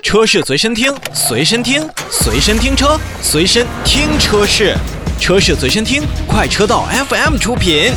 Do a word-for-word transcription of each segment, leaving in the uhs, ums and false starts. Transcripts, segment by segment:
车市随身听，随身听，随身听车，随身听车市，车市随身听，快车道 F M 出品。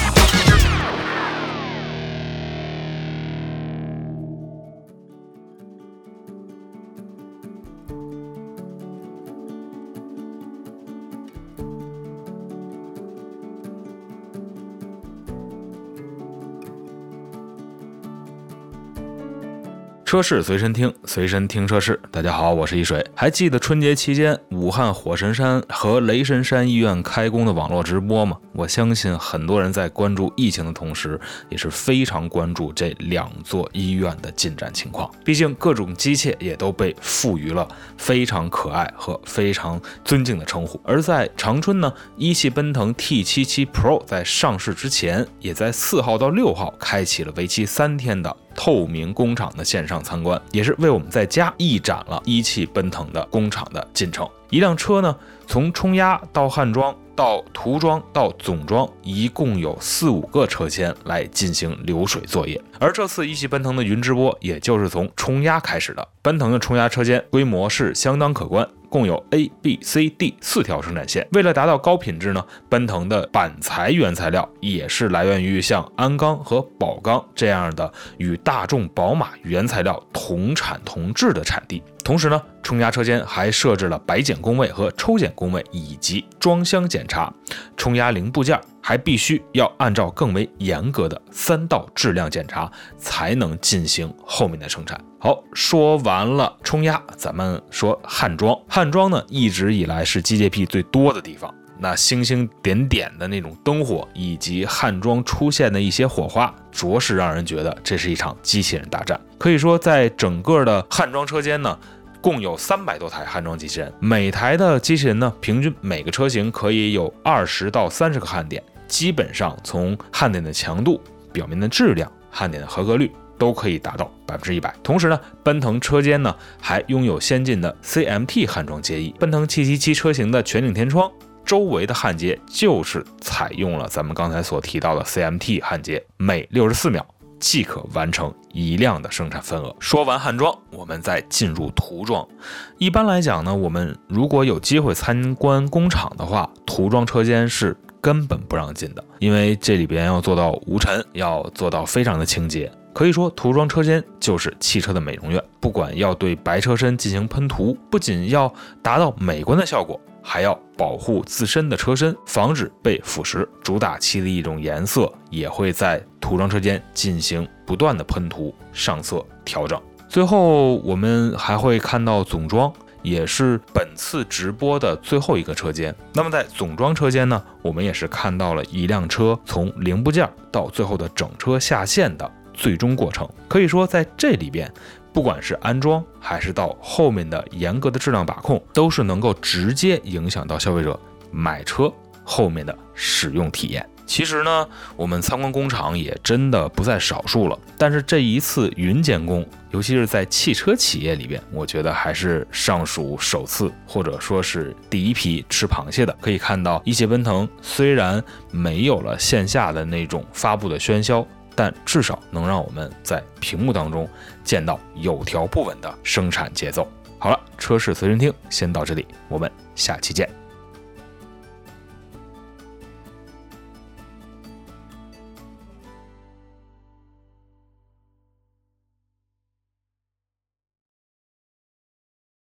车市随身听，随身听车市。大家好，我是一水。还记得春节期间武汉火神山和雷神山医院开工的网络直播吗？我相信很多人在关注疫情的同时，也是非常关注这两座医院的进展情况。毕竟各种机械也都被赋予了非常可爱和非常尊敬的称呼。而在长春呢，一汽奔腾 T 七十七 Pro 在上市之前，也在四号到六号开启了为期三天的透明工厂的线上参观，也是为我们在家一展了一汽奔腾的工厂的进程。一辆车呢，从冲压到焊装到涂装到总装，一共有四五个车间来进行流水作业。而这次一汽奔腾的云直播，也就是从冲压开始的。奔腾的冲压车间规模是相当可观，共有 A、B、C、D 四条生产线。为了达到高品质呢，奔腾的板材原材料也是来源于像鞍钢和宝钢这样的与大众、宝马原材料同产同质的产地。同时呢，冲压车间还设置了白检工位和抽检工位以及装箱检查。冲压零部件还必须要按照更为严格的三道质量检查，才能进行后面的生产。好，说完了冲压，咱们说焊装。焊装呢，一直以来是机械臂最多的地方。那星星点点的那种灯火，以及焊装出现的一些火花，着实让人觉得这是一场机器人大战。可以说，在整个的焊装车间呢，共有三百多台焊装机器人，每台的机器人呢，平均每个车型可以有二十到三十个焊点，基本上从焊点的强度、表面的质量、焊点的合格率都可以达到百分之一百。同时呢，奔腾车间呢还拥有先进的 C M T 焊装结翼。奔腾七七七车型的全景天窗周围的焊接就是采用了咱们刚才所提到的 C M T 焊接，每六十四秒即可完成一辆的生产份额。说完焊装，我们再进入涂装。一般来讲呢，我们如果有机会参观工厂的话，涂装车间是根本不让进的，因为这里边要做到无尘，要做到非常的清洁。可以说涂装车间就是汽车的美容院，不管要对白车身进行喷涂，不仅要达到美观的效果，还要保护自身的车身，防止被腐蚀。主打漆的一种颜色也会在涂装车间进行不断的喷涂、上色、调整。最后我们还会看到总装，也是本次直播的最后一个车间。那么在总装车间呢，我们也是看到了一辆车从零部件到最后的整车下线的最终过程。可以说在这里边，不管是安装还是到后面的严格的质量把控，都是能够直接影响到消费者买车后面的使用体验。其实呢，我们参观工厂也真的不在少数了，但是这一次云监工，尤其是在汽车企业里边，我觉得还是尚属首次，或者说是第一批吃螃蟹的。可以看到一汽奔腾虽然没有了线下的那种发布的喧嚣，但至少能让我们在屏幕当中见到有条不紊的生产节奏。好了，车市随身听先到这里，我们下期见。